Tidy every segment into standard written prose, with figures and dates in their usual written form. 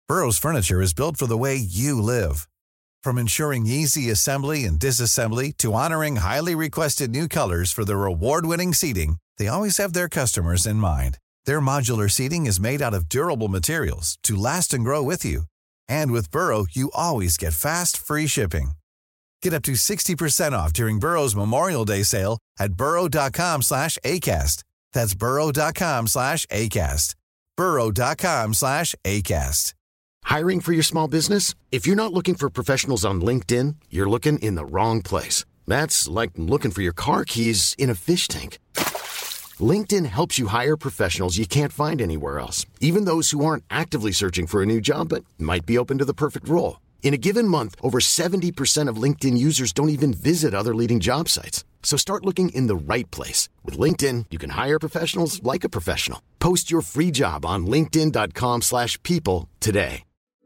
Burrow's furniture is built for the way you live. From ensuring easy assembly and disassembly to honoring highly requested new colors for their award-winning seating, they always have their customers in mind. Their modular seating is made out of durable materials to last and grow with you. And with Burrow, you always get fast, free shipping. Get up to 60% off during Burrow's Memorial Day sale at burrow.com/ACAST. That's burrow.com/ACAST. burrow.com/ACAST. Hiring for your small business? If you're not looking for professionals on LinkedIn, you're looking in the wrong place. That's like looking for your car keys in a fish tank. LinkedIn helps you hire professionals you can't find anywhere else, even those who aren't actively searching for a new job but might be open to the perfect role. In a given month, over 70% of LinkedIn users don't even visit other leading job sites. So start looking in the right place. With LinkedIn, you can hire professionals like a professional. Post your free job on linkedin.com/people today.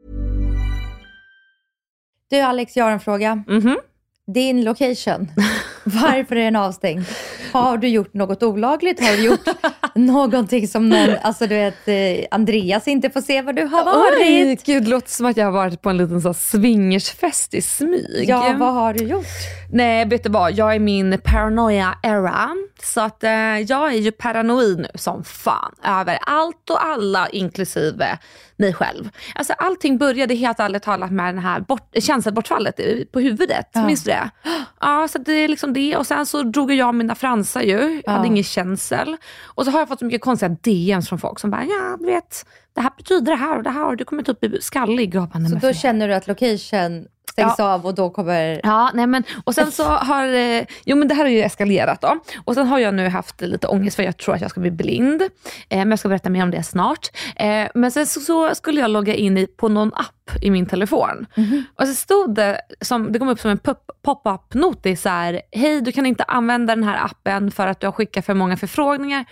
Du Alex, jag har en fråga. Din location, varför är den avstängd? Har du gjort något olagligt? Har du gjort någonting som någon, alltså du vet, Andreas inte får se vad du har varit? Oj, gud, det låter som att jag har varit på en liten så swingersfest i smyg. Ja, vad har du gjort? Nej, vet du vad? Jag är min paranoia-era. Så att jag är ju paranoid nu som fan över allt och alla, inklusive mig själv. Alltså allting började helt ärligt talat med den här känselbortfallet på huvudet. Minns du det? Ja, så det är liksom det. Och sen så drog jag mina fransar ju. Jag hade ingen känsel. Och så har jag fått så mycket konstiga DMs från folk som bara, ja, du vet, det här betyder det här och det här. Och du kommer typ bli skallig. Och bara, så då känner du att location stängs av och då kommer... Ja, nej men, och sen så har... Jo, men det här har ju eskalerat då. Och sen har jag nu haft lite ångest för jag tror att jag ska bli blind. Men jag ska berätta mer om det snart. Men sen så skulle jag logga in på någon app i min telefon. Och så stod det, det kom upp som en pop-up-notis så här: hej, du kan inte använda den här appen för att du har skickat för många förfrågningar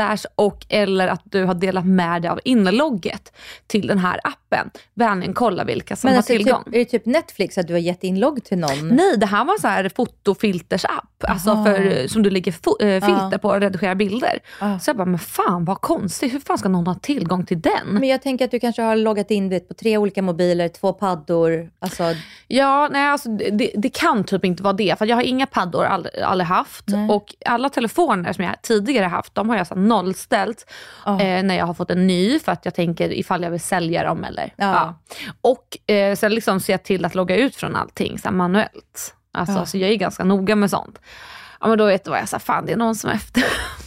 eller att du har delat med dig av inlogget till den här appen. Vänligen kolla vilka som har tillgång. Är det typ Netflix att du har gett inlogg till någon? Nej, det här var så här fotofilters-app. Alltså som du lägger filter på och redigerar bilder. Så jag bara, men fan vad konstigt. Hur fan ska någon ha tillgång till den? Men jag tänker att du kanske har loggat in på 3 olika mobiler, 2 paddor. Alltså... Ja, nej, alltså det kan typ inte vara det. För jag har inga paddor aldrig haft. Nej. Och alla telefoner som jag tidigare haft, de har jag så nollställt när jag har fått en ny. För att jag tänker ifall jag vill sälja dem eller... Ja. Och sen liksom ser jag till att logga ut från allting så manuellt. Alltså så jag är ganska noga med sånt. Ja, men då vet du vad jag sa, fan det är någon som är efter.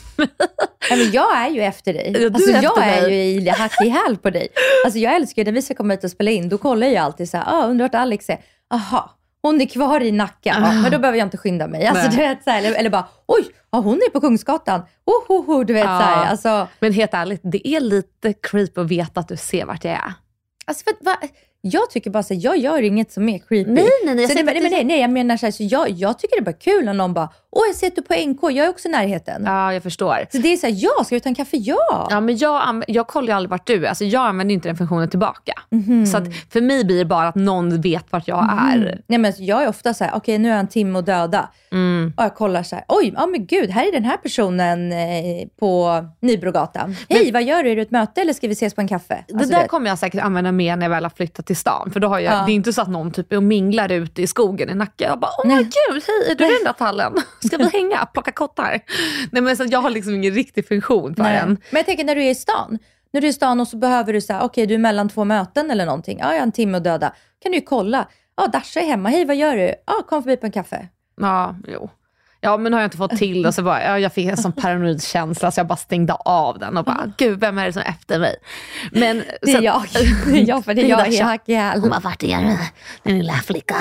Ja, men jag är ju efter dig. Ja, alltså jag är ju i hack i häl på dig. Alltså jag älskar ju när vi ska komma ut och spela in. Då kollar jag alltid så här, undrar vart Alex är. Aha, hon är kvar i Nacka. Men då behöver jag inte skynda mig. Alltså du vet så här, eller bara, oj, hon är på Kungsgatan. Du vet så här, alltså. Men helt ärligt, det är lite creep att veta att du ser vart jag är. Alltså jag tycker bara så jag gör inget som är creepy. Nej, jag menar så här, så jag tycker det är bara kul när någon bara, jag ser att du på NK, jag är också i närheten. Ja, jag förstår. Så det är så här, ska vi ta en kaffe? Ja, men jag kollar ju aldrig vart du är. Alltså jag använder inte den funktionen tillbaka. Så att för mig blir det bara att någon vet vart jag är. Nej, men jag är ofta så här, okej, nu är en timme och döda. Och jag kollar så här, men gud, här är den här personen på Nybrogatan. Hej, vad gör du? Är du ett möte eller ska vi ses på en kaffe? Alltså, det där kommer jag säkert använda mer när jag väl har flyttat till stan. För då har jag, det är inte så att någon typ är och minglar ute i skogen i Nacka. Jag bara, gud, hej, är du i den där tallen? Ska vi hänga? Plocka kottar? Nej, men så jag har liksom ingen riktig funktion för den. Men jag tänker när du är i stan. När du är i stan och så behöver du säga, okej, du är mellan 2 möten eller någonting. Ja, jag har en timme att döda. Kan du ju kolla. Dasha är hemma. Hej, vad gör du? Kom förbi på en kaffe. Ja, jo. Ja, men har jag inte fått till och så bara, jag fick en sån paranoid känsla så jag bara stängde av den och bara, gud, vem är det som är efter mig? Men det är jag. För det är jag i hack i häl. Hon bara, vart är du? Den lilla flicka.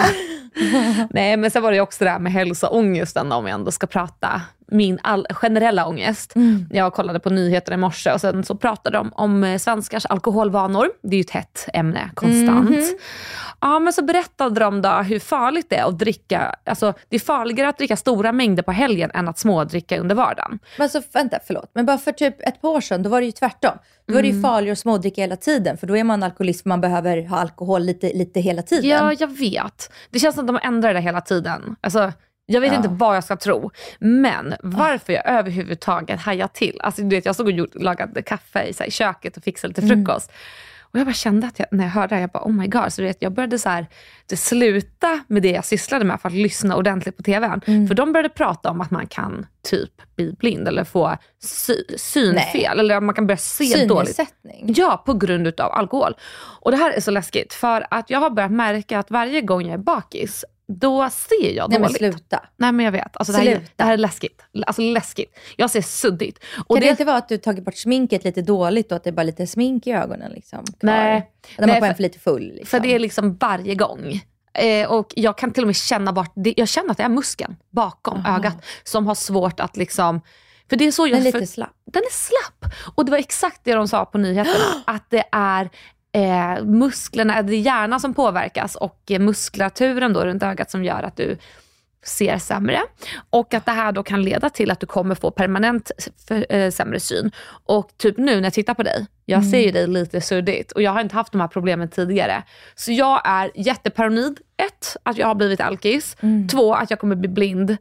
Nej, men sen var det också det här med hälsoångesten om jag ändå ska prata min generella ångest. Jag kollade på nyheter i morse och sen så pratade de om svenskars alkoholvanor. Det är ju ett hett ämne konstant. Ja, men så berättade de då hur farligt det är att dricka. Alltså det är farligare att dricka stora mängder på helgen än att smådricka under vardagen. Men så vänta, förlåt. Men bara för typ ett par år sedan, då var det ju tvärtom. Då var det ju farligare att smådricka hela tiden. För då är man alkoholist, man behöver ha alkohol lite hela tiden. Ja, jag vet. Det känns som att de ändrar det hela tiden. Alltså, jag vet inte vad jag ska tro. Men varför jag överhuvudtaget hajar till. Alltså du vet, jag såg och lagade kaffe i köket och fixade lite frukost. Och jag bara kände att när jag hörde det, jag bara oh my god. Så jag började så här, det sluta med det jag sysslade med för att lyssna ordentligt på tvn. För de började prata om att man kan typ bli blind eller få synfel. Eller man kan börja se dåligt. Ja, på grund av alkohol. Och det här är så läskigt. För att jag har börjat märka att varje gång jag är bakis, då ser jag dåligt. Nej, men sluta. Nej, men jag vet. Alltså, det här är läskigt. Alltså läskigt. Jag ser suddigt. Och kan det inte vara att du tagit bort sminket lite dåligt och att det är bara lite smink i ögonen liksom? Nej. Att man är för lite full. Liksom. För det är liksom varje gång. Och jag kan till och med känna bort, jag känner att det är muskeln bakom ögat som har svårt att liksom, för det är så den är lite slapp. Den är slapp. Och det var exakt det de sa på nyheterna. Att det är musklerna, det är hjärnan som påverkas och muskulaturen då runt ögat som gör att du ser sämre. Och att det här då kan leda till att du kommer få permanent sämre syn. Och typ nu när jag tittar på dig, jag ser ju dig lite suddigt och jag har inte haft de här problemen tidigare. Så jag är jätteparanoid. 1, att jag har blivit alkis. 2, att jag kommer bli blind.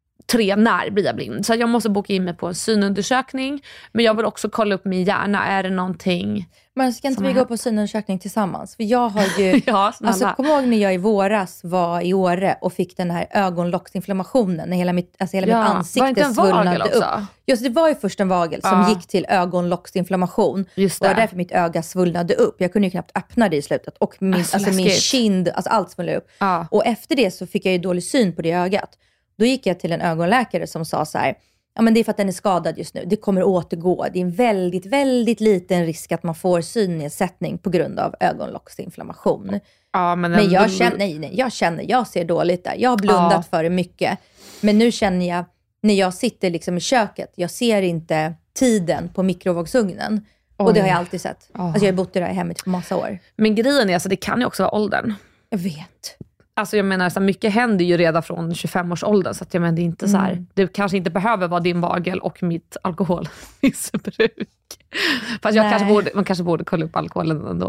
3, när blir jag blind? Så jag måste boka in mig på en synundersökning. Men jag vill också kolla upp min hjärna. Är det någonting... Men ska inte vi gå på synundersökning tillsammans? För jag har ju... alltså, kom ihåg när jag i våras var i Åre och fick den här ögonlocksinflammationen. När hela mitt ansikte svullnade upp. Just det var ju först en vagel som gick till ögonlocksinflammation. Just det. Och därför mitt öga svullnade upp. Jag kunde ju knappt öppna det i slutet. Och min kind, alltså allt svullnade upp. Och efter det så fick jag ju dålig syn på det ögat. Då gick jag till en ögonläkare som sa så här: ja, men det är för att den är skadad just nu. Det kommer återgå. Det är en väldigt, väldigt liten risk att man får synnedsättning på grund av ögonlocksinflammation. Ja, men jag känner, jag ser dåligt där. Jag har blundat för det mycket. Men nu känner jag, när jag sitter liksom i köket, jag ser inte tiden på mikrovågsugnen. Och det har jag alltid sett. Alltså jag har bott i det här hemmet på massa år. Men grejen är, alltså, det kan ju också vara åldern. Jag vet. Alltså jag menar, så mycket händer ju redan från 25-årsåldern. Så att jag menar, det är inte så här. Det kanske inte behöver vara din vagel och mitt alkoholmissbruk. Fast man kanske borde kolla upp alkoholen ändå.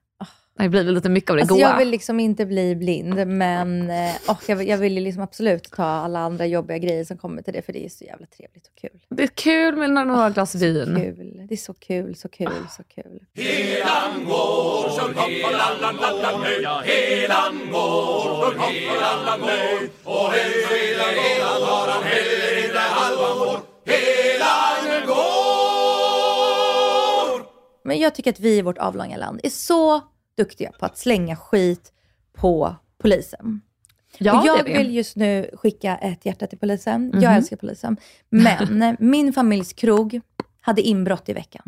Det blir lite mycket av det goa. Jag vill liksom inte bli blind. Men jag vill liksom absolut ta alla andra jobbiga grejer som kommer till det. För det är så jävla trevligt och kul. Det är kul med några glas vin. Kul. Det är så kul, så kul, så kul. Helan går, som hoppar alla nöj. Ja, helan går, som hoppar alla nöj. Och helan har han heller inte halvan vår. Helan går. Men jag tycker att vi i vårt avlånga land är så duktiga på att slänga skit på polisen. Ja, och jag vill just nu skicka ett hjärta till polisen. Jag älskar polisen. Men min familjs krog hade inbrott i veckan.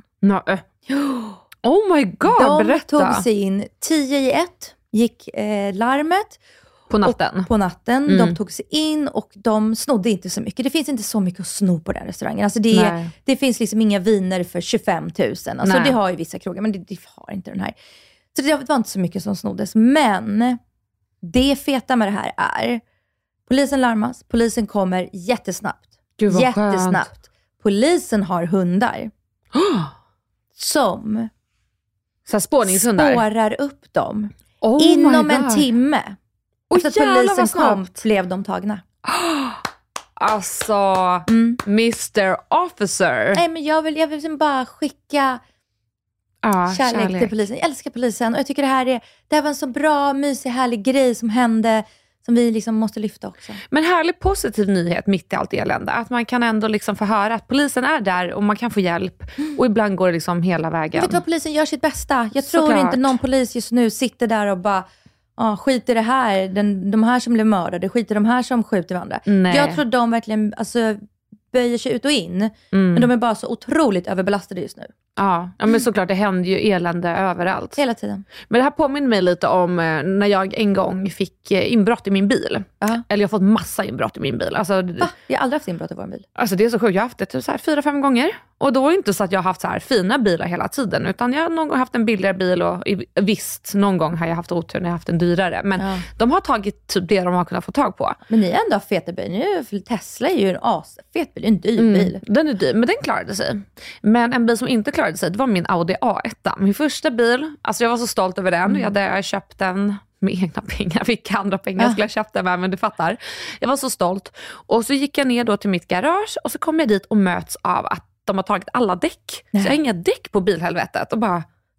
Oh my god, berätta. De tog sig in 10:01, gick larmet. På natten? På natten. De tog sig in och de snodde inte så mycket. Det finns inte så mycket att sno på den restaurangen. Alltså det finns liksom inga viner för 25 000. Alltså det har ju vissa krogar, men det har inte den här. Så det var inte så mycket som snoddes. Men det feta med det här är, polisen larmas. Polisen kommer jättesnabbt. Gud, vad jättesnabbt. Skönt. Polisen har hundar. Som så spårningshundar. Spårar upp dem. Inom en timme. Efter att polisen kom blev de tagna. Alltså, Mr. Officer. Nej, men jag vill bara skicka kärlek till polisen. Jag älskar polisen och jag tycker det här var en så bra, mysig, härlig grej som hände, som vi liksom måste lyfta också. Men härlig positiv nyhet mitt i allt elände. Att man kan ändå liksom få höra att polisen är där och man kan få hjälp. Och ibland går det liksom hela vägen. Vet du vad, polisen gör sitt bästa. Jag tror inte någon polis just nu sitter där och bara skit i det här. De här som blev mördade. Skit i de här som skjuter varandra. Nej. Jag tror de verkligen böjer sig ut och in. Men de är bara så otroligt överbelastade just nu. Ja, men såklart, det händer ju elände överallt. Hela tiden. Men det här påminner mig lite om när jag en gång fick inbrott i min bil. Eller jag har fått massa inbrott i min bil. Alltså, va? Jag har aldrig haft inbrott i vår bil. Alltså det är så sjukt, jag har haft det typ så här 4-5 gånger. Och då är det inte så att jag har haft så här fina bilar hela tiden. Utan jag har någon gång haft en billigare bil och visst, någon gång har jag haft otur när jag har haft en dyrare. Men de har tagit typ det de har kunnat få tag på. Men ni är ändå feta bil. Tesla är ju en asfet bil, en dyr bil. Den är dyr, men den klarade sig. Men en bil som inte klarade sig, det var min Audi A1. Min första bil, alltså jag var så stolt över den. Jag hade köpt den med egna pengar. Vilka andra pengar skulle jag köpt den med, men du fattar. Jag var så stolt. Och så gick jag ner då till mitt garage och så kom jag dit och möts av att de har tagit alla däck. Så jag har inga däck på bilhelvetet. Och bara,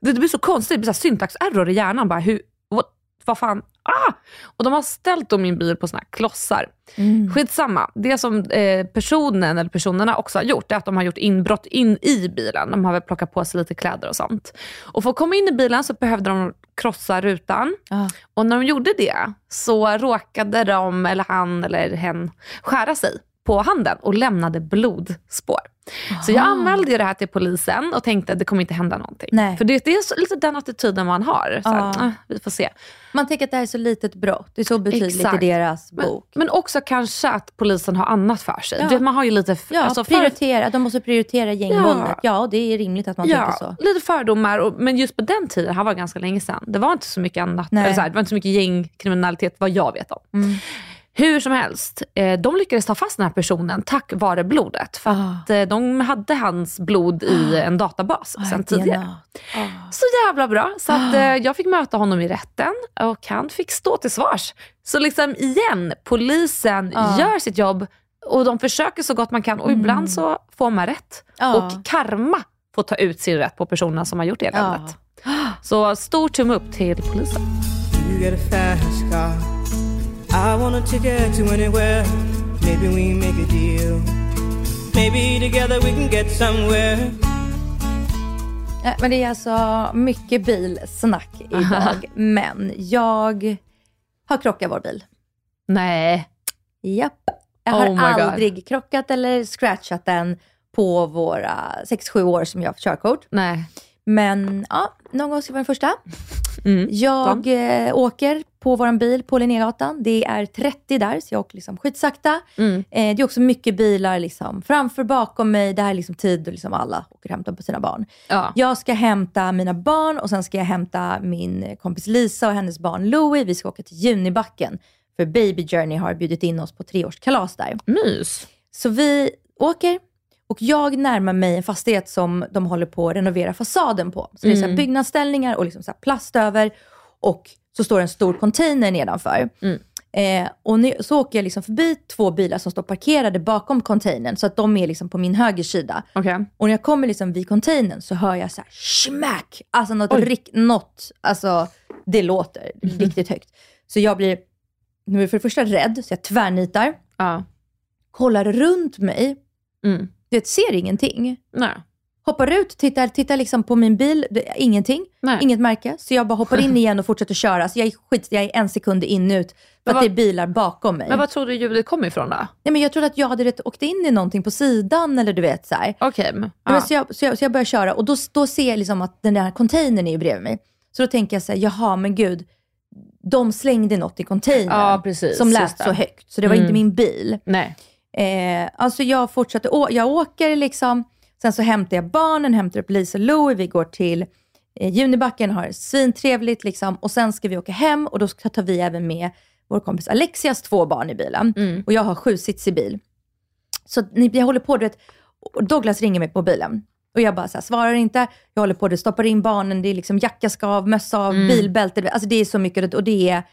Det blir så konstigt, det blir så syntaxerror i hjärnan. Bara, vad fan? Och de har ställt då min bil på såna här klossar. Skitsamma. Det som personen eller personerna också har gjort är att de har gjort inbrott in i bilen. De har väl plockat på sig lite kläder och sånt. Och för att komma in i bilen så behövde de krossa rutan. Och när de gjorde det så råkade de, eller han eller hen, skära sig på handen och lämnade blodspår. Så jag anmälde ju det här till polisen och tänkte att det kommer inte hända någonting. Nej. För det är lite den attityden man har. Så här, vi får se. Man tänker att det här är så litet brott. Det är så betydligt i deras bok. Men också kanske att polisen har annat för sig. Ja. Du vet, man har ju lite... prioritera. De måste prioritera gängvåldet. Ja, det är rimligt att man tänker så. Lite fördomar. Men just på den tiden, det här var ganska länge sedan. Det var inte så mycket annat. Eller så här, det var inte så mycket gängkriminalitet vad jag vet om. Hur som helst, de lyckades ta fast den här personen tack vare blodet. För att de hade hans blod i en databas sen tidigare. Så jävla bra. Så att jag fick möta honom i rätten och han fick stå till svars. Så liksom igen, polisen gör sitt jobb och de försöker så gott man kan. Och ibland så får man rätt. Och karma får ta ut sin rätt på personen som har gjort eländet. Så stor tumme upp till polisen. You get a fast car. I want a ticket to anywhere. Maybe we make a deal. Maybe together we can get somewhere. Men det är alltså mycket bilsnack idag. Men jag har krockat vår bil. Nej. Japp. Jag har aldrig krockat eller scratchat den på våra 6-7 år som jag har körkort. Nej. Men någon gång ska vara den första. Jag åker på våran bil på Linnégatan. Det är 30 där, så jag åker liksom skitsakta. Det är också mycket bilar liksom framför, bakom mig. Det här är liksom tid och liksom alla åker hämta på sina barn. Jag ska hämta mina barn och sen ska jag hämta min kompis Lisa och hennes barn Louie. Vi ska åka till Junibacken. För Baby Journey har bjudit in oss på 3-årskalas där. Mys. Så vi åker. Och jag närmar mig en fastighet som de håller på att renovera fasaden på. Så det är så här byggnadsställningar och liksom så här plast över. Och så står en stor container nedanför. Och så åker jag liksom förbi 2 bilar som står parkerade bakom containern. Så att de är liksom på min höger sida. Och när jag kommer liksom vid containern så hör jag så här smack. Alltså något, alltså det låter riktigt högt. Så jag blir nu för det första rädd. Så jag tvärnitar. Kollar runt mig. Det ser ingenting. Nej. Hoppar ut, tittar liksom på min bil. Ingenting. Nej. Inget märke. Så jag bara hoppar in igen och fortsätter köra. Så jag är 1 sekund in ut. För att det är bilar bakom mig. Men vad tror du ljudet kom ifrån då? Nej, men jag trodde att jag hade åkt in i någonting på sidan. Eller du vet så här. Okej. Så jag börjar köra. Och då ser jag liksom att den där containern är ju bredvid mig. Så då tänker jag så här, jaha men gud. De slängde något i containern. Precis, som lät så högt. Så det var inte min bil. Nej. Alltså jag fortsatte, jag åker liksom, sen så hämtar jag barnen, hämtar upp Lisa och Louie, vi går till Junibacken, har svintrevligt liksom, och sen ska vi åka hem och då tar vi även med vår kompis Alexias 2 barn i bilen och jag har 7-sits i bil. Så jag håller på, du vet, Douglas ringer mig på mobilen och jag bara så här, svarar inte, jag håller på, det stoppar in barnen, det är liksom jacka ska av, mössa av, bilbälte, alltså det är så mycket, och det är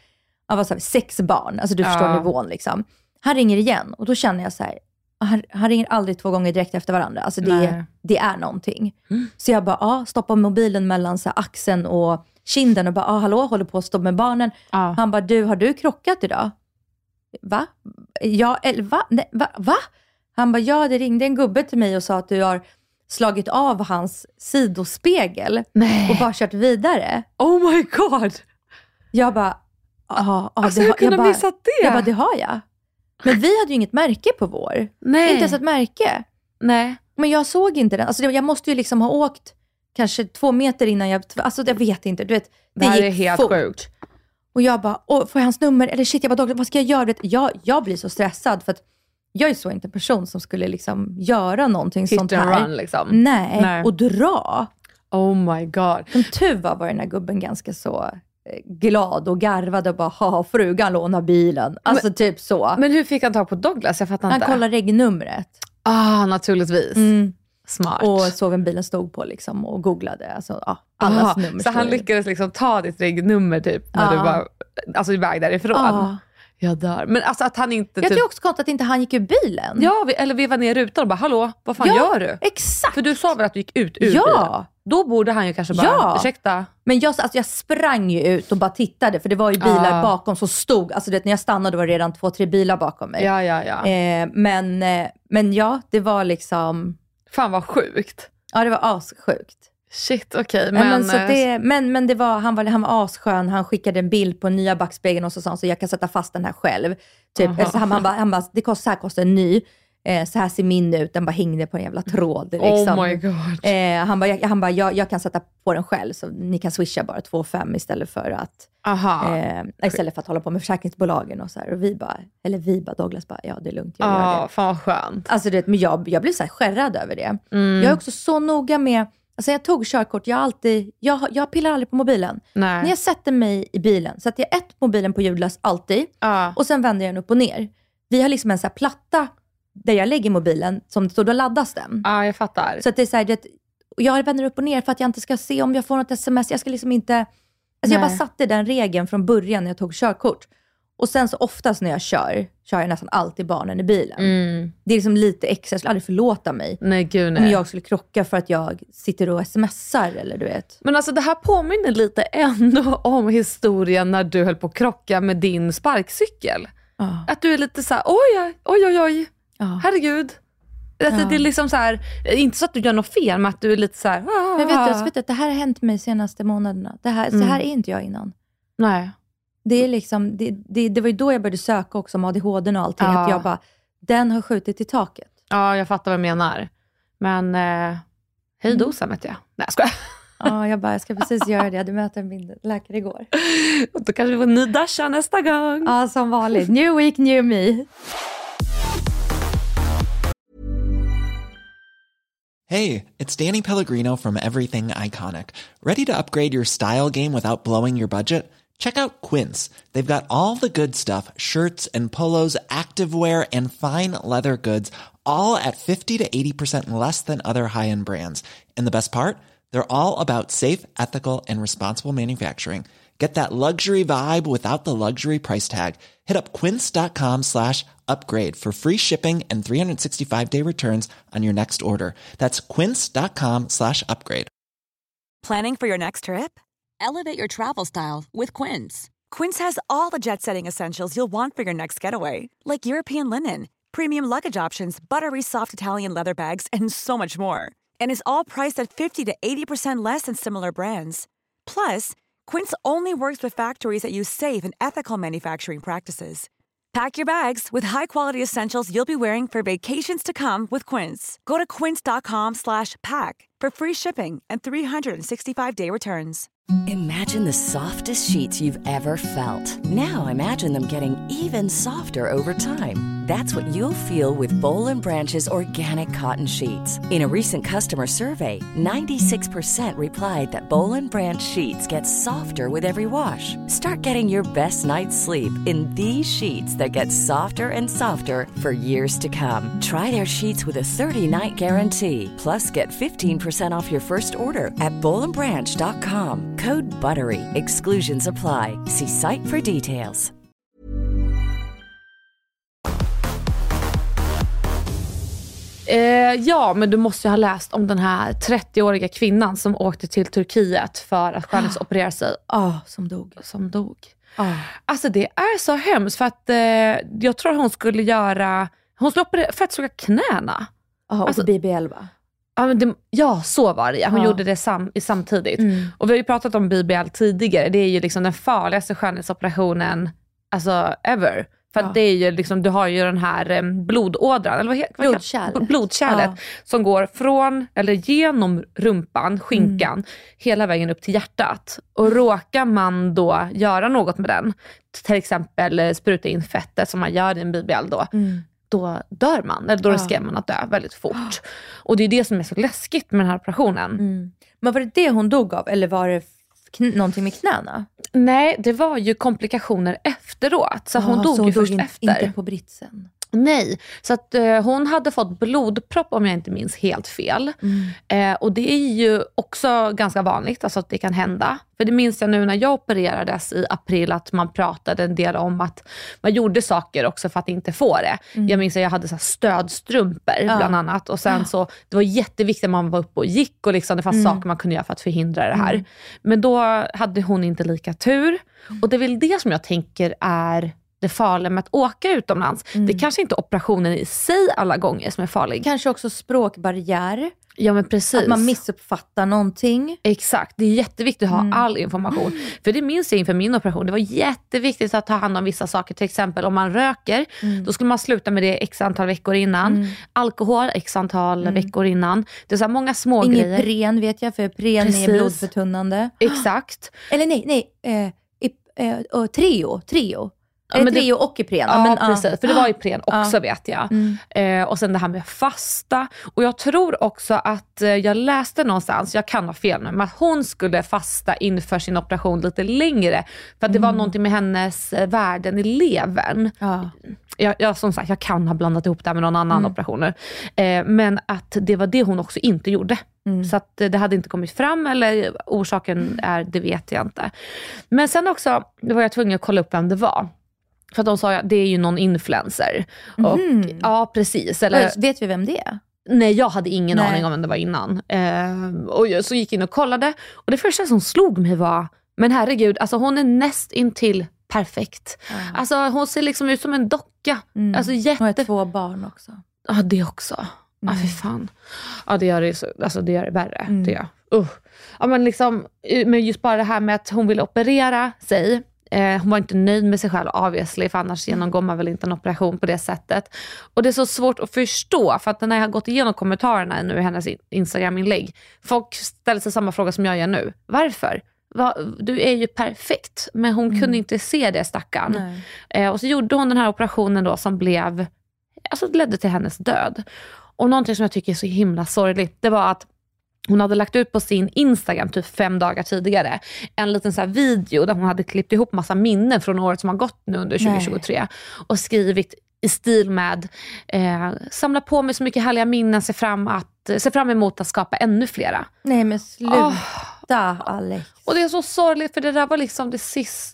6 barn, alltså du förstår nivån liksom. Han ringer igen och då känner jag så här, han ringer aldrig 2 gånger direkt efter varandra. Alltså det är någonting. Så jag bara, stoppar mobilen mellan så här, axeln och kinden och bara, hallå, håller på att stå med barnen. Han bara, har du krockat idag? Va? Ja, eller va? Nej, va? Han bara, ja, det ringde en gubbe till mig och sa att du har slagit av hans sidospegel. Nej. Och bara kört vidare. Oh my god! Jag bara, alltså jag kunde missa det. Jag bara, det har jag. Men vi hade ju inget märke på vår. Nej. Inte ens ett märke. Nej. Men jag såg inte den. Alltså jag måste ju liksom ha åkt kanske 2 meter innan jag... Alltså jag vet inte. Du vet, det här är helt sjukt. Och jag bara, får jag hans nummer? Eller shit, vad ska jag göra? Jag blir så stressad för att jag är så inte en person som skulle liksom göra någonting hit sånt här. Run, liksom. Nej, och dra. Oh my god. Som tur var den här gubben ganska så glad och garvade och bara, frugan låna bilen. Alltså men, typ så. Men hur fick han tag på Douglas? Jag fattar inte. Han kollade regnumret. Naturligtvis. Smart. Och såg vem bilen stod på liksom och googlade. Alltså, allas nummer. Så han lyckades liksom ta ditt regnummer typ när du var alltså iväg därifrån. Jag dör. Men alltså att han inte... Jag tycker också konstigt att inte han gick ur bilen. Ja, eller vevade ner rutan och bara, hallå, vad fan gör du? Exakt. För du sa väl att du gick ut ur bilen? Då borde han ju kanske bara, ursäkta. Men jag sprang ju ut och bara tittade. För det var ju bilar bakom som stod. Alltså när jag stannade var det redan 2-3 bilar bakom mig. Ja. Men ja, det var liksom... Fan vad sjukt. Ja, det var assjukt. Shit, okej. Men det var, han var asskön. Han skickade en bild på nya backspegeln och så sa han, så jag kan sätta fast den här själv. Typ, alltså, han bara, det kostar en ny. Så här ser min ut, den bara hängde på en jävla tråd. Liksom. Oh my god. Han bara jag kan sätta på den själv, så ni kan swisha bara 2,5 istället för att hålla på med försäkringsbolagen och så här. Och vi bara, Douglas bara, ja det är lugnt, jag gör det. Fan vad skönt. Alltså det, men jag blev så här skärrad över det. Jag är också så noga med, alltså jag tog körkort, jag pillar aldrig på mobilen. Nej. När jag sätter mig i bilen, sätter jag mobilen på ljudlös alltid. Och sen vänder jag den upp och ner. Vi har liksom en så här platta där jag lägger mobilen, som det står, då laddas den. Ja, jag fattar. Så att det är så här, jag vänder upp och ner för att jag inte ska se om jag får något sms. Jag ska liksom inte... Alltså jag bara satte den regeln från början när jag tog körkort. Och sen så oftast när jag kör jag nästan alltid barnen i bilen. Det är liksom lite extra, jag skulle aldrig förlåta mig. Nej, gud nej. Om jag skulle krocka för att jag sitter och smsar eller du vet. Men alltså det här påminner lite ändå om historien när du höll på att krocka med din sparkcykel. Att du är lite så här, oj. Herregud. Det är liksom så här, inte så att du gör något fel, men att du är lite så här. Men vet du, det här har hänt mig senaste månaderna. Så här är inte jag innan. Nej. Det är liksom, det var ju då jag började söka också om ADHD och allting. Att jag bara, den har skjutit i taket. Ja, jag fattar vad jag menar. Men hej då, vet jag. Nej, jag skojar. Ja, jag ska precis göra det. Jag hade möte med min läkare igår. Och då kanske vi får en ny dasha nästa gång. Ja, som vanligt. New week, new me. Hey, it's Danny Pellegrino from Everything Iconic. Ready to upgrade your style game without blowing your budget? Check out Quince. They've got all the good stuff, shirts and polos, activewear, and fine leather goods, all at 50 to 80% less than other high-end brands. And the best part? They're all about safe, ethical, and responsible manufacturing. Get that luxury vibe without the luxury price tag. Hit up quince.com/upgrade for free shipping and 365-day returns on your next order. That's quince.com/upgrade. Planning for your next trip? Elevate your travel style with Quince. Quince has all the jet-setting essentials you'll want for your next getaway, like European linen, premium luggage options, buttery soft Italian leather bags, and so much more. And is all priced at 50 to 80% less than similar brands. Plus, Quince only works with factories that use safe and ethical manufacturing practices. Pack your bags with high-quality essentials you'll be wearing for vacations to come with Quince. Go to quince.com/pack for free shipping and 365-day returns. Imagine the softest sheets you've ever felt. Now imagine them getting even softer over time. That's what you'll feel with Boll & Branch's organic cotton sheets. In a recent customer survey, 96% replied that Boll & Branch sheets get softer with every wash. Start getting your best night's sleep in these sheets that get softer and softer for years to come. Try their sheets with a 30-night guarantee. Plus, get 15% off your first order at bollandbranch.com. Code BUTTERY. Exclusions apply. See site for details. Ja, men du måste ju ha läst om den här 30-åriga kvinnan som åkte till Turkiet för att skönhetsoperera sig. Som dog. Alltså det är så hemskt för att jag tror hon skulle operera för att knäna. Alltså BBL va? Ja, så var det. Hon gjorde det samtidigt. Och vi har ju pratat om BBL tidigare. Det är ju liksom den farligaste skönhetsoperationen alltså ever. För att det är ju liksom, du har ju den här blodådran eller blodkärlet som går från eller genom rumpan, skinkan, hela vägen upp till hjärtat. Och råkar man då göra något med den, till exempel spruta in fettet som man gör i en BBL då dör man, eller då riskerar man att dö väldigt fort. Och det är det som är så läskigt med den här operationen. Men var det hon dog av, eller var det någonting med knäna? Nej, det var ju komplikationer efteråt. Så hon dog ju först efter. Inte på britsen. Nej, så att hon hade fått blodpropp om jag inte minns helt fel. Och det är ju också ganska vanligt, alltså att det kan hända. För det minns jag nu när jag opererades i april, att man pratade en del om att man gjorde saker också för att inte få det. Jag minns att jag hade så här stödstrumpor bland annat. Och sen så, det var jätteviktigt att man var uppe och gick och liksom, det fanns saker man kunde göra för att förhindra det här. Men då hade hon inte lika tur. Och det är väl det som jag tänker är det farliga med att åka utomlands. Det kanske inte operationen i sig alla gånger som är farlig. Kanske också språkbarriär. Ja, men precis. Att man missuppfattar någonting. Exakt, det är jätteviktigt att ha all information. För det minns jag inför min operation. Det var jätteviktigt att ta hand om vissa saker. Till exempel om man röker, då skulle man sluta med det x antal veckor innan. Alkohol x antal veckor innan. Det är så här många små grejer. Inget Pren vet jag, för Pren är blodförtunnande. Exakt. Eller Treo. Ja, men Treo och Ipren. Ja, precis. För det var Ipren också, vet jag. Och sen det här med fasta. Och jag tror också att jag läste någonstans, jag kan ha fel nu, men att hon skulle fasta inför sin operation lite längre. För att det var någonting med hennes värden i levern. Jag som sagt, jag kan ha blandat ihop det här med någon annan operationer. Men att det var det hon också inte gjorde. Så att det hade inte kommit fram, eller orsaken är, det vet jag inte. Men sen också, det var jag tvungen att kolla upp vem det var. För att de sa att det är ju någon influencer. Och, ja, precis. Eller, vet vi vem det är? Nej, jag hade ingen aning om vem det var innan. Och jag så gick in och kollade. Och det första som slog mig var, men herregud, alltså hon är näst intill perfekt. Alltså hon ser liksom ut som en docka. Alltså Hon har 2 barn också. Ja, det också. Ja, för fan. Ja, det gör det, alltså det gör det värre. Det. Ja, men liksom, men just bara det här med att hon ville operera sig. Hon var inte nöjd med sig själv, obviously, för annars genomgår man väl inte en operation på det sättet. Och det är så svårt att förstå, för att när jag har gått igenom kommentarerna nu i hennes Instagram-inlägg, folk ställer sig samma fråga som jag gör nu. Varför? Du är ju perfekt, men hon kunde inte se det, stackarn. Och så gjorde hon den här operationen då som blev, alltså ledde till hennes död. Och någonting som jag tycker är så himla sorgligt, det var att hon hade lagt ut på sin Instagram typ 5 dagar tidigare en liten så här video där hon hade klippt ihop massa minnen från året som har gått nu under 2023 och skrivit i stil med samla på mig så mycket härliga minnen, se fram emot att skapa ännu flera. Nej, men sluta, Alex. Och det är så sorgligt, för det där var liksom det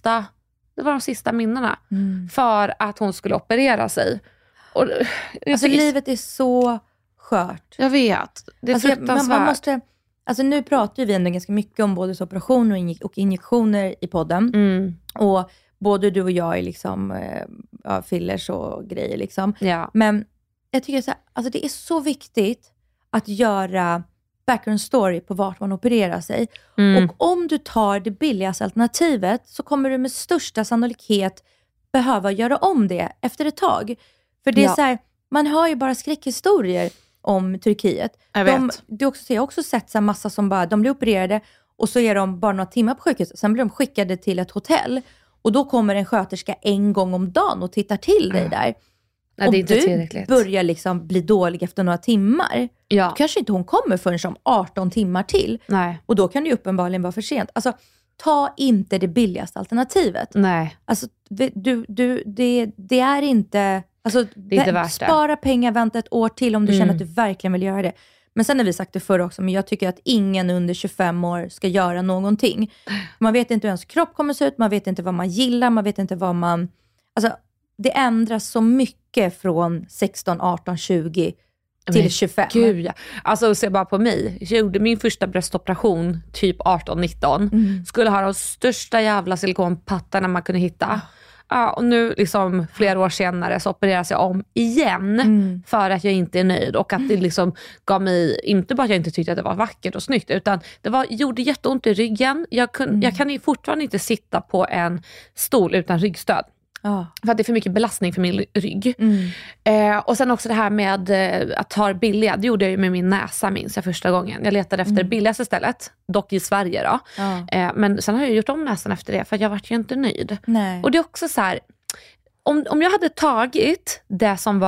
var de sista minnena för att hon skulle operera sig. Och, alltså livet är så skört. Jag vet. Det är alltså, man måste, alltså nu pratar vi ändå ganska mycket om både operationer och injektioner i podden. Och både du och jag är liksom fillers och grejer liksom. Ja. Men jag tycker så här, alltså det är så viktigt att göra background story på vart man opererar sig. Och om du tar det billigaste alternativet så kommer du med största sannolikhet behöva göra om det efter ett tag. För det är så här, man hör ju bara skräckhistorier om Turkiet. Jag har också sett så här massa som bara, de blir opererade och så är de bara några timmar på sjukhus. Sen blir de skickade till ett hotell. Och då kommer en sköterska en gång om dagen och tittar till dig där. Nej, och det är inte du tillräckligt. Börjar liksom bli dålig efter några timmar. Då kanske inte hon kommer förrän som 18 timmar till. Nej. Och då kan det ju uppenbarligen vara för sent. Alltså, ta inte det billigaste alternativet. Nej. Alltså, det är inte... Alltså, det är inte värt spara pengar, vänta ett år till om du känner att du verkligen vill göra det. Men sen har vi sagt det förr också, men jag tycker att ingen under 25 år ska göra någonting. Man vet inte hur ens kropp kommer se ut, man vet inte vad man gillar, man vet inte vad man... Alltså, det ändras så mycket från 16, 18, 20 till 25. Gud, ja. Alltså se bara på mig. Jag gjorde min första bröstoperation typ 18-19. Skulle ha de största jävla silikonpattarna man kunde hitta. Ja, och nu liksom flera år senare så opereras jag om igen för att jag inte är nöjd. Och att det liksom gav mig, inte bara att jag inte tyckte att det var vackert och snyggt, utan det gjorde jätteont i ryggen. Jag kan ju fortfarande inte sitta på en stol utan ryggstöd. För att det är för mycket belastning för min rygg. Och sen också det här med att ta billiga. Det gjorde jag ju med min näsa, minns jag första gången. Jag letade efter billigaste stället, dock i Sverige då. Men sen har jag gjort om näsan efter det, för jag var ju inte nöjd. Nej. Och det är också så här, om jag hade tagit det som var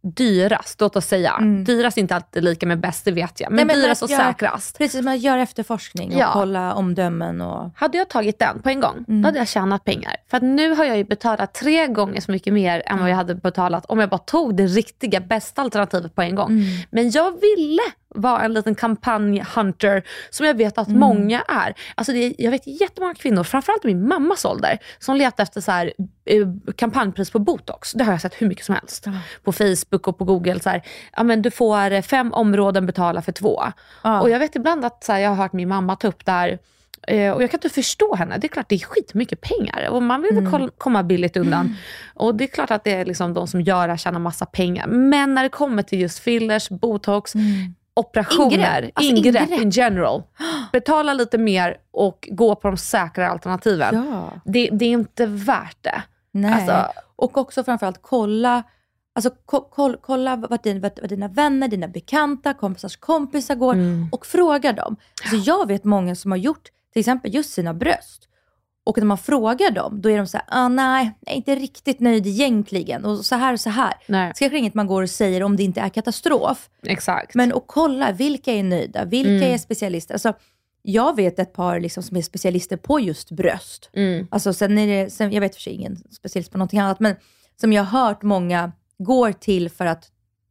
dyrast, låt oss säga. Dyrast är inte alltid lika med bäst, det vet jag. Men dyrast och säkrast. Precis, man gör efterforskning och kolla omdömen. Och... Hade jag tagit den på en gång, då hade jag tjänat pengar. För att nu har jag ju betalat 3 gånger så mycket mer än vad jag hade betalat om jag bara tog det riktiga, bästa alternativet på en gång. Men jag ville vara en liten kampanjhunter som jag vet att många är. Alltså jag vet jättemånga kvinnor, framförallt min mammas ålder, som letar efter så här, kampanjpris på Botox. Det har jag sett hur mycket som helst. På Facebook och på Google. Så här, ja, men du får 5 områden betala för 2. Och jag vet ibland att så här, jag har hört min mamma ta upp där. Och jag kan inte förstå henne. Det är klart det är skitmycket pengar. Och man vill komma billigt undan. Och det är klart att det är liksom de som gör det tjänar massa pengar. Men när det kommer till just fillers, Botox, operationer, ingrepp in general. Betala lite mer och gå på de säkra alternativen. Ja. Det är inte värt det. Nej. Alltså, och också framförallt kolla, alltså kolla vad dina vänner, dina bekanta, kompisars kompisar går och fråga dem. Alltså jag vet många som har gjort till exempel just sina bröst. Och när man frågar dem, då är de så här, nej, jag är inte riktigt nöjd egentligen. Och så här och så här. Nej. Så kanske inget man går och säger om det inte är katastrof. Exakt. Men att kolla, vilka är nöjda? Vilka är specialister? Alltså, jag vet ett par liksom, som är specialister på just bröst. Alltså, sen jag vet för sig ingen specialist på någonting annat. Men som jag har hört många går till för att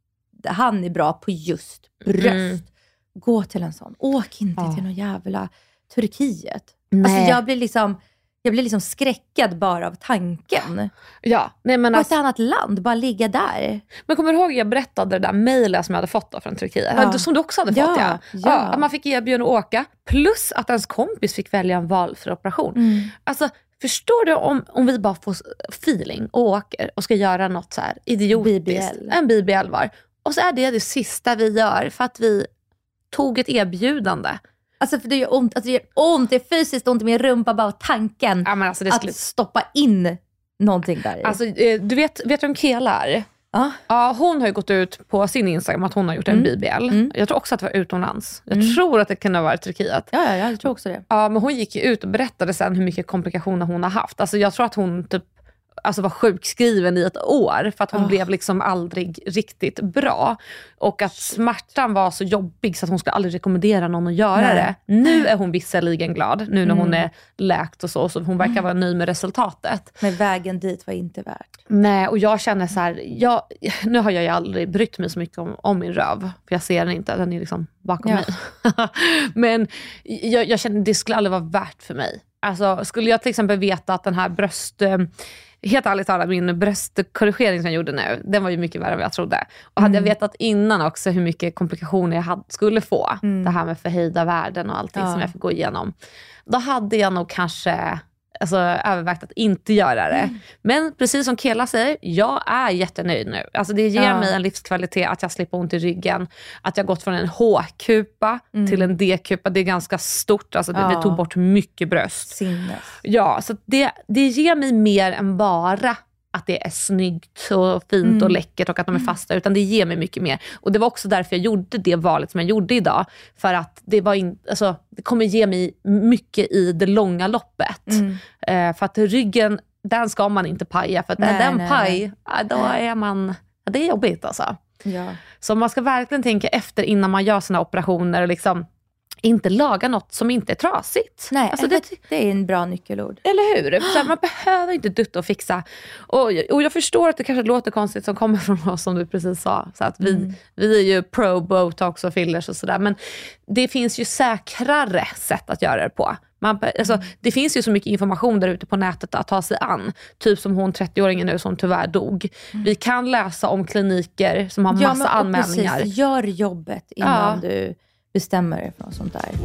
han är bra på just bröst. Gå till en sån. Åk inte till någon jävla Turkiet. Nej. Alltså jag blir liksom skräckad bara av tanken. Ja, nej men på ett annat land, bara ligga där. Men kommer du ihåg jag berättade det där mejlet som jag hade fått då från Turkiet? Som du också hade fått, ja. Att man fick erbjudande att åka. Plus att ens kompis fick välja en valfri operation. Alltså, förstår du om vi bara får feeling och åker och ska göra något så här idiotiskt. En BBL var. Och så är det sista vi gör för att vi tog ett erbjudande. Alltså för det gör ont, alltså det gör ont, det är fysiskt ont i min rumpa bara tanken alltså att stoppa in någonting där i. Alltså du vet om Kela är? Ja, hon har ju gått ut på sin Instagram att hon har gjort en BBL. Jag tror också att det var utomlands. Jag tror att det kunde ha varit Turkiet. Ja, jag tror också det. Ja, men hon gick ju ut och berättade sen hur mycket komplikationer hon har haft. Alltså jag tror att hon typ var sjukskriven i ett år för att hon blev liksom aldrig riktigt bra. Och att smärtan var så jobbig så att hon skulle aldrig rekommendera någon att göra det. Nu är hon visserligen glad, nu när hon är läkt och så hon verkar vara nöjd med resultatet. Men vägen dit var inte värt. Nej, och jag känner så här, nu har jag ju aldrig brytt mig så mycket om min röv. För jag ser den inte, den är liksom bakom mig. Men jag känner det skulle aldrig vara värt för mig. Alltså, skulle jag till exempel veta att den här helt ärligt talat, min bröstkorrigering som jag gjorde nu, den var ju mycket värre än vad jag trodde. Och hade jag vetat innan också hur mycket komplikationer jag skulle få, det här med förhöjda värden och allting som jag fick gå igenom, då hade jag nog kanske övervägt att inte göra det. Men precis som Kela säger, jag är jättenöjd nu. Alltså det ger mig en livskvalitet att jag slipper ont i ryggen. Att jag gått från en H-kupa till en D-kupa. Det är ganska stort. Alltså det tog bort mycket bröst. Sinnes. Ja, så det ger mig mer än bara att det är snyggt och fint och läckert och att de är fasta, utan det ger mig mycket mer. Och det var också därför jag gjorde det valet som jag gjorde idag. För att det var det kommer ge mig mycket i det långa loppet. För att ryggen, den ska man inte paja. För att då är man, det är jobbigt alltså. Ja. Så man ska verkligen tänka efter innan man gör såna operationer och liksom inte laga något som inte är trasigt. Nej, alltså det är en bra nyckelord. Eller hur? Så man behöver inte dutta och fixa. Och jag förstår att det kanske låter konstigt som kommer från oss, som du precis sa. Så att vi är ju pro botox och fillers och sådär. Men det finns ju säkrare sätt att göra det på. Det finns ju så mycket information där ute på nätet att ta sig an. Typ som hon 30-åringen nu som tyvärr dog. Vi kan läsa om kliniker som har massa anmälningar. Precis. Gör jobbet innan du bestämmer dig för något sånt där.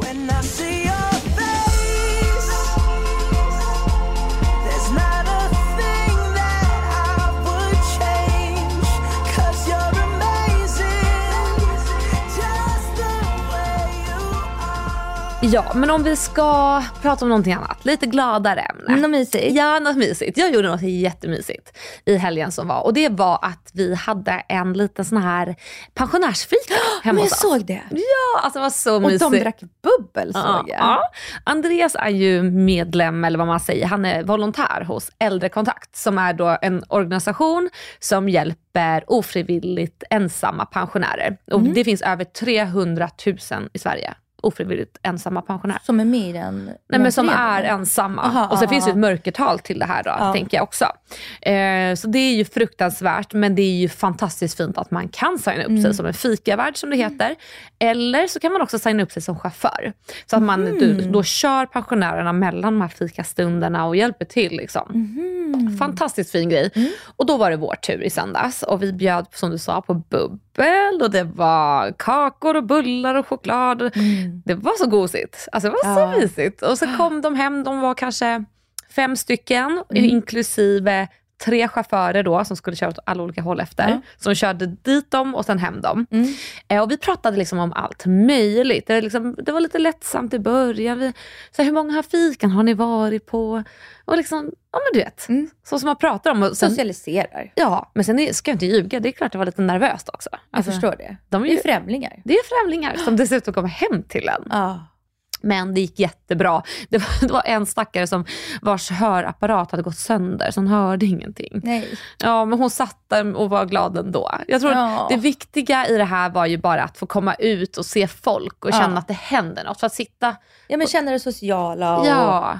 Ja, men om vi ska prata om någonting annat. Lite gladare ämne. Något mysigt. Ja, något mysigt. Jag gjorde något jättemysigt i helgen som var. Och det var att vi hade en liten sån här pensionärsfika hemma hos oss. Men jag såg det. Ja, alltså det var så mysigt. Och de drack bubbel såg jag. Ja. Andreas är ju medlem, eller vad man säger. Han är volontär hos Äldrekontakt, som är då en organisation som hjälper ofrivilligt ensamma pensionärer. Och det finns över 300 000 i Sverige. Ofrivilligt ensamma pensionärer. Som är med i den? Nej, men som är ensamma. Aha, och så finns det ett mörkertal till det här då, tänker jag också. Så det är ju fruktansvärt, men det är ju fantastiskt fint att man kan signa upp sig som en fikavärd, som det heter. Eller så kan man också signa upp sig som chaufför. Så att man då kör pensionärerna mellan de här fikastunderna och hjälper till liksom. Fantastiskt fin grej. Och då var det vår tur i söndags. Och vi bjöd, som du sa, på bubbel. Och det var kakor och bullar och choklad. Det var så gosigt. Alltså det var så mysigt. Och så kom de hem, de var kanske 5 stycken, inklusive 3 chaufförer då, som skulle köra åt alla olika håll efter. Som körde dit dem och sen hem dem. Och vi pratade liksom om allt möjligt. Det var lite lättsamt i början. Så hur många fikan har ni varit på? Och liksom, ja men du vet. Så som man pratar om. Och sen, socialiserar. Ja, men sen ska jag inte ljuga. Det är klart det var lite nervöst också. Alltså, jag förstår det. De är det är främlingar. Det är främlingar som dessutom kommer hem till en. Ja. Men det gick jättebra. Det var en stackare som vars hörapparat hade gått sönder, så hon hörde ingenting. Nej. Ja, men hon satt där och var glad ändå. Jag tror att det viktiga i det här var ju bara att få komma ut och se folk och känna att det händer något. För att sitta... Ja, men känna det sociala och...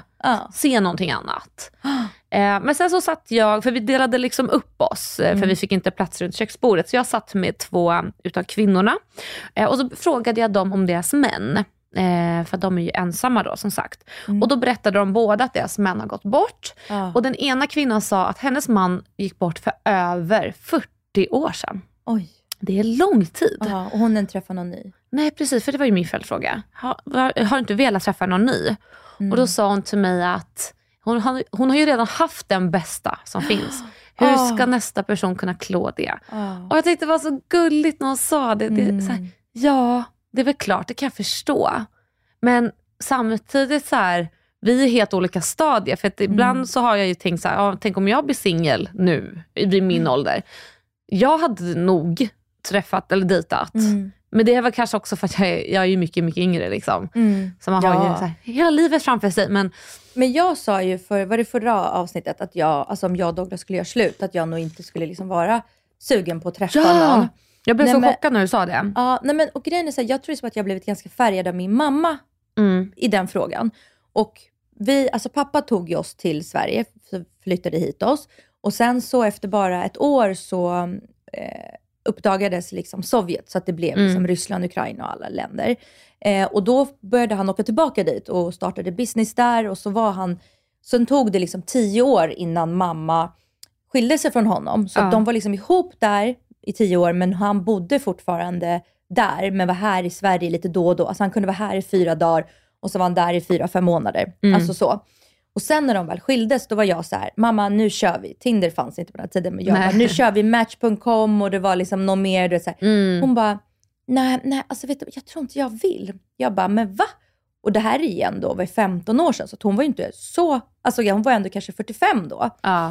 se någonting annat. Men sen så satt jag, för vi delade liksom upp oss, för vi fick inte plats runt köksbordet. Så jag satt med 2 utav kvinnorna. Och så frågade jag dem om deras män. För de är ju ensamma då, som sagt. Och då berättade de båda att deras män har gått bort. Och den ena kvinnan sa att hennes man gick bort för över 40 år sedan. Oj. Det är lång tid. Och hon inte träffar någon ny. Nej, precis, för det var ju min följdfråga. Har inte velat träffa någon ny? Och då sa hon till mig att hon har ju redan haft den bästa som finns. Hur ska nästa person kunna klå det? Och jag tyckte det var så gulligt när hon sa det. Det är så här, ja, det är väl klart, det kan jag förstå. Men samtidigt så här, vi är helt olika stadier. För att ibland så har jag ju tänkt så här, tänk om jag blir singel nu vid min ålder. Jag hade nog träffat eller dejtat. Men det är väl kanske också för att jag är ju mycket, mycket yngre liksom. Så man har ju så här, hela livet framför sig. Men jag sa ju var det förra avsnittet att om jag och Douglas skulle göra slut, att jag nog inte skulle liksom vara sugen på att träffa någon. Jag blev så chockad när du sa det. Ja, och grejen är så här, jag tror att jag blivit ganska färgad av min mamma i den frågan. Och pappa tog ju oss till Sverige, flyttade hit oss. Och sen så efter bara ett år så uppdagades liksom Sovjet, så att det blev liksom Ryssland, Ukraina och alla länder. Och då började han åka tillbaka dit och startade business där. Och så var han, sen tog det liksom 10 år innan mamma skilde sig från honom. Så att de var liksom ihop där i 10 år, men han bodde fortfarande där, men var här i Sverige lite då och då. Alltså han kunde vara här i 4 dagar och så var han där i 4-5 månader. Alltså så. Och sen när de väl skildes, då var jag så här: mamma, nu kör vi. Tinder fanns inte på den här tiden, men jag bara, nu kör vi Match.com, och det var liksom någon mer, du vet, så här. Hon bara, nej, alltså vet du, jag tror inte jag vill. Jag bara, men va? Och det här igen då var 15 år sedan, så att hon var ju inte så, alltså hon var ändå kanske 45 då.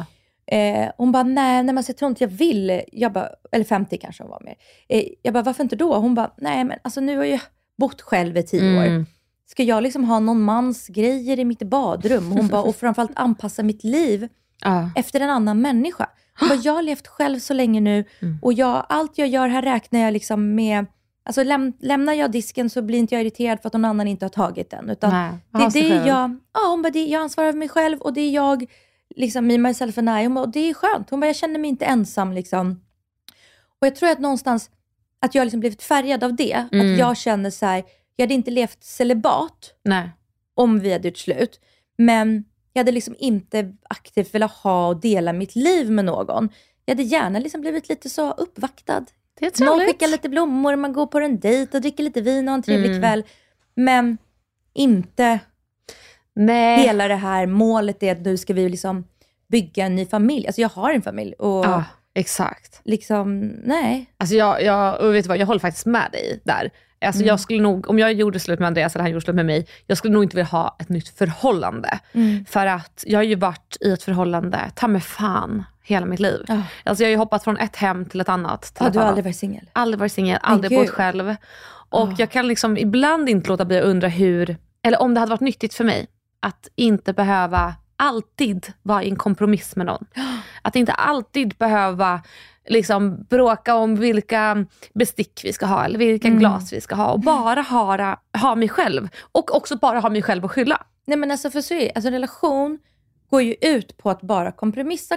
Hon bara, nej men jag tror inte jag vill. Jag bara, eller 50 kanske hon var mer. Jag bara, varför inte då? Hon bara, nej men alltså nu har jag bott själv i 10 år. Ska jag liksom ha någon mans grejer i mitt badrum? Hon bara, och framförallt anpassa mitt liv efter en annan människa. Hon bara, jag har levt själv så länge nu. Och allt jag gör här räknar jag liksom med. Alltså lämnar jag disken så blir inte jag irriterad för att någon annan inte har tagit den. Utan det är jag. Hon bara, jag ansvarar för mig själv, och det är jag. Liksom me, myself and I. Och det är skönt. Hon bara, jag känner mig inte ensam liksom. Och jag tror att någonstans att jag liksom blivit färgad av det. Att jag känner så här, jag hade inte levt celibat om vi hade gjort slut. Men jag hade liksom inte aktivt velat ha och dela mitt liv med någon. Jag hade gärna liksom blivit lite så uppvaktad. Det är trevligt. Någon skickar lite blommor, man går på en dejt och dricker lite vin och en trevlig kväll. Men inte hela det här målet är att nu ska vi liksom bygga en ny familj. Alltså jag har en familj. Och exakt. liksom, nej. Alltså jag vet vad, jag håller faktiskt med dig där. Alltså jag skulle nog, om jag gjorde slut med Andreas eller han gjorde slut med mig, jag skulle nog inte vilja ha ett nytt förhållande. För att jag har ju varit i ett förhållande, ta mig fan, hela mitt liv. Alltså jag har ju hoppat från ett hem till ett annat. Till du har aldrig varit singel? Aldrig varit singel, aldrig bott själv. Och jag kan liksom ibland inte låta bli att undra hur, eller om det hade varit nyttigt för mig att inte behöva alltid vara i en kompromiss med någon. Att inte alltid behöva liksom bråka om vilka bestick vi ska ha eller vilka glas vi ska ha och bara ha mig själv. Och också bara ha mig själv att skylla. Nej men alltså för så är alltså relation går ju ut på att bara kompromissa.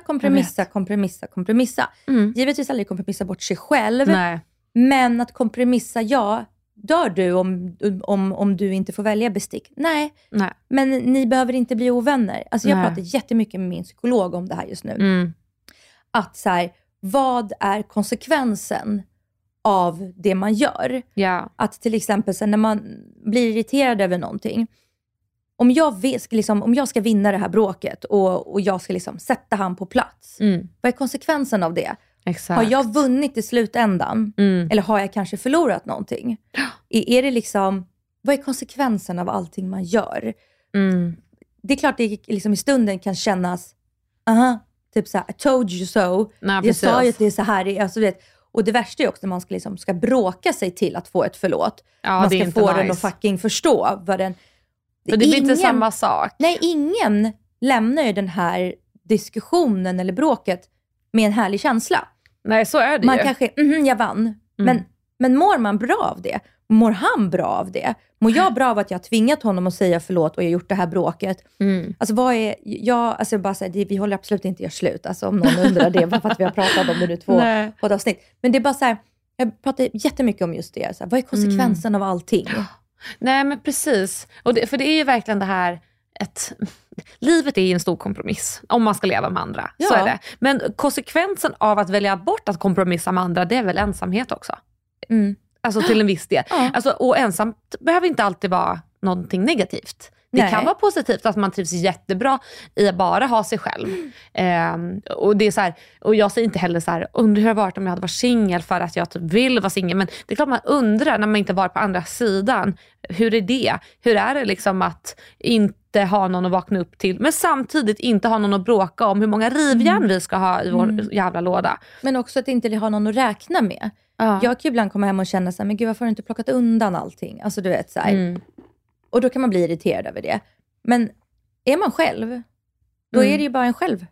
Givetvis aldrig kompromissa bort sig själv. Nej. Men att kompromissa, dör du om du inte får välja bestick? Nej. Men ni behöver inte bli ovänner. Alltså jag pratar jättemycket med min psykolog om det här just nu. Att så här, vad är konsekvensen av det man gör? Ja. Att till exempel så när man blir irriterad över någonting. Om jag ska vinna det här bråket och jag ska liksom sätta han på plats. Vad är konsekvensen av det? Exakt. Har jag vunnit i slutändan? Eller har jag kanske förlorat någonting? Är det liksom, vad är konsekvensen av allting man gör? Det är klart det liksom i stunden kan kännas, typ så här, I told you so. Jag sa ju att det är så här. Alltså, vet, och det värsta är också när man ska bråka sig till att få ett förlåt. Man ska få den att fucking förstå vad den... För det blir inte samma sak. Nej, ingen lämnar ju den här diskussionen eller bråket med en härlig känsla. Nej, så är det man ju. Kanske, jag vann. Men mår man bra av det? Mår han bra av det? Mår jag bra av att jag har tvingat honom att säga förlåt och jag har gjort det här bråket? Alltså vad är... Jag bara säger, vi håller absolut inte att göra slut. Alltså om någon undrar det, för att vi har pratat om det nu 2 poddavsnitt. Men det är bara så här, jag pratar jättemycket om just det. Så här, vad är konsekvensen av allting? Nej men precis. För det är ju verkligen det här, livet är ju en stor kompromiss om man ska leva med andra. Så är det. Men konsekvensen av att välja bort att kompromissa med andra, det är väl ensamhet också. Alltså till en viss del. Alltså, och ensamt behöver inte alltid vara någonting negativt. Det kan vara positivt att man trivs jättebra i att bara ha sig själv. Och det är så här, och jag säger inte heller så här, undrar hur det varit om jag hade varit singel för att jag typ vill vara singel. Men det är klart man undrar när man inte varit på andra sidan. Hur är det? Hur är det liksom att inte ha någon att vakna upp till, men samtidigt inte ha någon att bråka om hur många rivjärn vi ska ha i vår jävla låda. Men också att inte ha någon att räkna med. Jag kan ju ibland komma hem och känna så här, men gud, varför har du inte plockat undan allting? Alltså du vet så här. Och då kan man bli irriterad över det. Men är man själv, då är det ju bara en själv.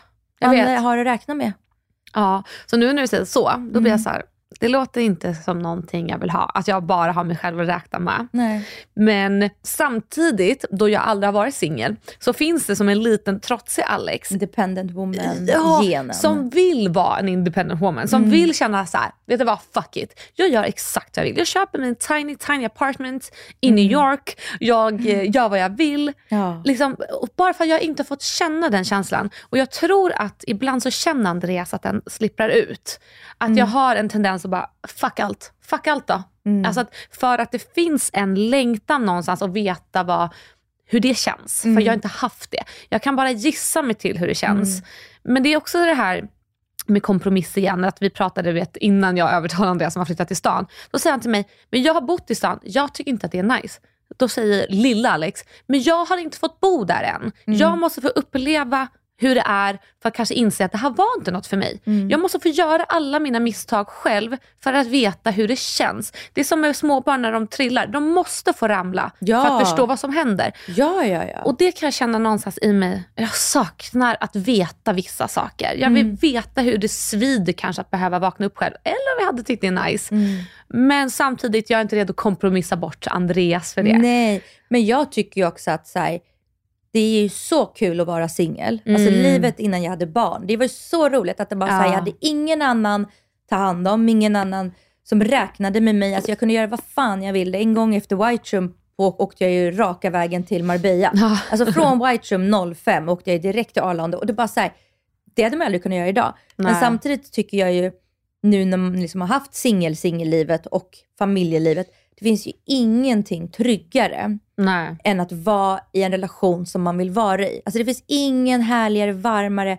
Man har att räkna med. Ja, så nu när du säger så, då blir jag så här, det låter inte som någonting jag vill ha. Att jag bara har mig själv att räkna med. Nej. Men samtidigt, då jag aldrig har varit singel, så finns det som en liten trotsig Alex. Independent woman-genen. Som vill vara en independent woman. Som vill känna så här, vet du vad, fuck it. Jag gör exakt vad jag vill. Jag köper min tiny apartment i New York. Jag gör vad jag vill. Ja. Liksom, bara för att jag inte fått känna den känslan. Och jag tror att ibland så känner Andreas att den slipprar ut. Att jag har en tendens att bara, fuck allt då. Alltså att, för att det finns en längtan någonstans att veta hur det känns. För jag har inte haft det. Jag kan bara gissa mig till hur det känns. Men det är också det här med kompromiss igen. Att vi pratade innan jag övertalade Andreas som har flyttat till stan. Då säger han till mig, men jag har bott i stan. Jag tycker inte att det är nice. Då säger lilla Alex, men jag har inte fått bo där än. Jag måste få uppleva hur det är för att kanske inse att det här var inte något för mig. Jag måste få göra alla mina misstag själv för att veta hur det känns. Det är som med småbarn när de trillar. De måste få ramla för att förstå vad som händer. Ja. Och det kan jag känna någonstans i mig. Jag saknar att veta vissa saker. Jag vill veta hur det svider kanske att behöva vakna upp själv. Eller om jag hade tyckt det är nice. Men samtidigt jag är inte redo att kompromissa bort Andreas för det. Nej, men jag tycker ju också att så här, det är ju så kul att vara singel. Alltså livet innan jag hade barn. Det var så roligt att det bara så här, jag hade ingen annan ta hand om. Ingen annan som räknade med mig. Alltså jag kunde göra vad fan jag ville. En gång efter Whitechum åkte jag ju raka vägen till Marbella. Alltså från Whitechum 05 åkte jag direkt till Arlanda. Och det bara så här, det hade man aldrig kunnat göra idag. Nej. Men samtidigt tycker jag ju nu när man liksom har haft singellivet och familjelivet. Det finns ju ingenting tryggare än att vara i en relation som man vill vara i. Alltså det finns ingen härligare, varmare,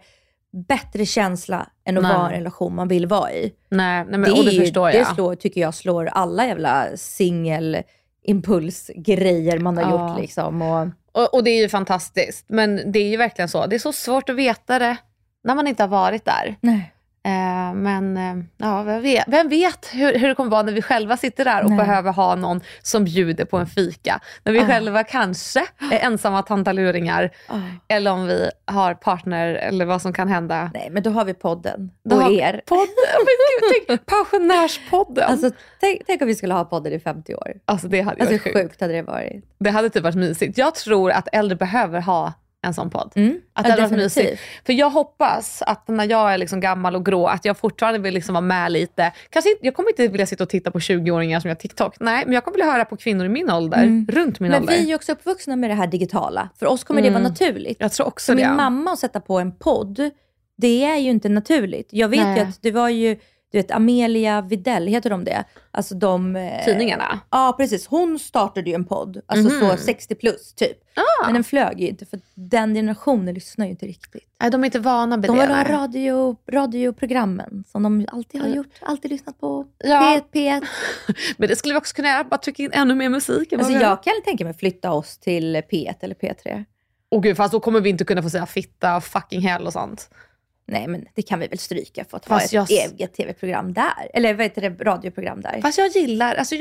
bättre känsla än att vara i en relation man vill vara i. Nej men, det förstår jag. Det tycker jag slår alla jävla singelimpulsgrejer man har gjort liksom. Och det är ju fantastiskt. Men det är ju verkligen så. Det är så svårt att veta det när man inte har varit där. Nej. Men vem vet hur det kommer vara när vi själva sitter där och behöver ha någon som bjuder på en fika. När vi själva kanske är ensamma tantaluringar. Eller om vi har partner eller vad som kan hända. Nej, men då har vi podden. Podden. Tänk, pensionärspodden. Alltså, tänk om vi skulle ha podden i 50 år. Alltså det hade varit sjukt hade det varit. Det hade typ varit mysigt. Jag tror att äldre behöver ha en sån podd. Att det hade mysigt. För jag hoppas att när jag är liksom gammal och grå att jag fortfarande vill liksom vara med lite. Kanske inte, jag kommer inte vilja sitta och titta på 20-åringar som gör TikTok. Nej, men jag kommer vilja höra på kvinnor i min ålder. Runt min ålder. Men vi är ju också uppvuxna med det här digitala. För oss kommer det vara naturligt. Jag tror också min mamma att sätta på en podd, det är ju inte naturligt. Jag vet ju att det var ju, du vet, Amelia Videll, heter de det? Alltså tidningarna. Ja, precis. Hon startade ju en podd. Alltså så 60 plus typ. Men den flög ju inte. För den generationen lyssnar ju inte riktigt. Nej, de är inte vana vid det. De vill ha radioprogrammen som de alltid har gjort. Alltid lyssnat på. P1. Men det skulle vi också kunna göra. Bara trycka in ännu mer musik. Alltså jag kan tänka mig flytta oss till P1 eller P3. Gud, fast då kommer vi inte kunna få säga fitta och fucking hell och sånt. Nej, men det kan vi väl stryka för att ha ett eget tv-program där. Eller vad heter det, radioprogram där. Fast jag gillar, alltså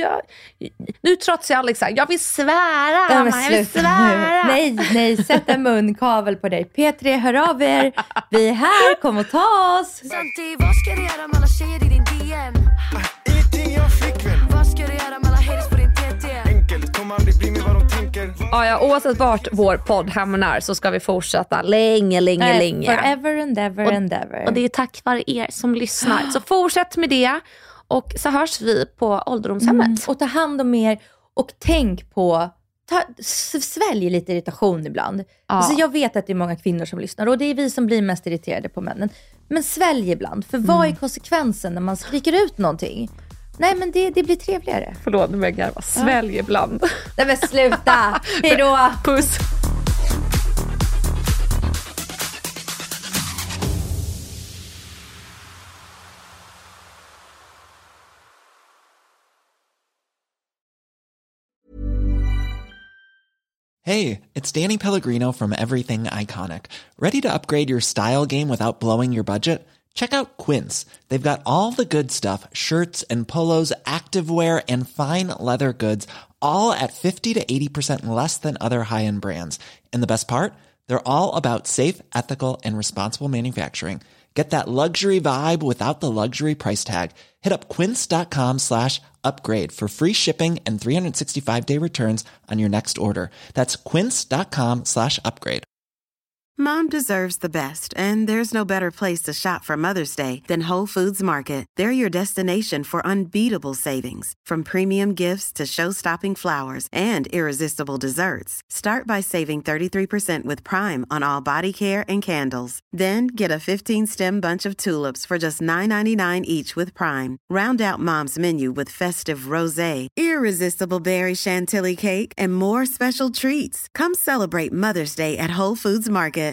nu trots jag Alexa, jag vill svära, mamma, jag vill svära. Nej, sätt en munkavel på dig. P3, hör av er. Vi är här, kom och ta oss. Santi, vad ska du göra med alla tjejer i din DM? Ingenting, jag har flickvän. Vad ska du göra med alla haters på din TT? Enkelt, kommer aldrig bli med vad de tänker. Ja, oavsett vart vår podd hamnar så ska vi fortsätta länge. Forever and ever and ever. Och det är tack vare er som lyssnar. Så fortsätt med det. Och så hörs vi på ålderdomshemmet. Och ta hand om er. Och tänk på, svälj lite irritation ibland. Alltså jag vet att det är många kvinnor som lyssnar. Och det är vi som blir mest irriterade på männen. Men svälj ibland. För vad är konsekvensen när man skriker ut någonting? Nej, men det blir trevligare. Förlåt, nu börjar jag garva. Svälj ibland. Nej, men sluta. Hejdå. Puss. Hey, it's Danny Pellegrino from Everything Iconic. Ready to upgrade your style game without blowing your budget? Check out Quince. They've got all the good stuff, shirts and polos, activewear, and fine leather goods, all at 50 to 80% less than other high-end brands. And the best part? They're all about safe, ethical, and responsible manufacturing. Get that luxury vibe without the luxury price tag. Hit up quince.com/upgrade for free shipping and 365-day returns on your next order. That's quince.com/upgrade. Mom deserves the best, and there's no better place to shop for Mother's Day than Whole Foods Market. They're your destination for unbeatable savings, from premium gifts to show-stopping flowers and irresistible desserts. Start by saving 33% with Prime on all body care and candles. Then get a 15-stem bunch of tulips for just $9.99 each with Prime. Round out Mom's menu with festive rosé, irresistible berry chantilly cake, and more special treats. Come celebrate Mother's Day at Whole Foods Market.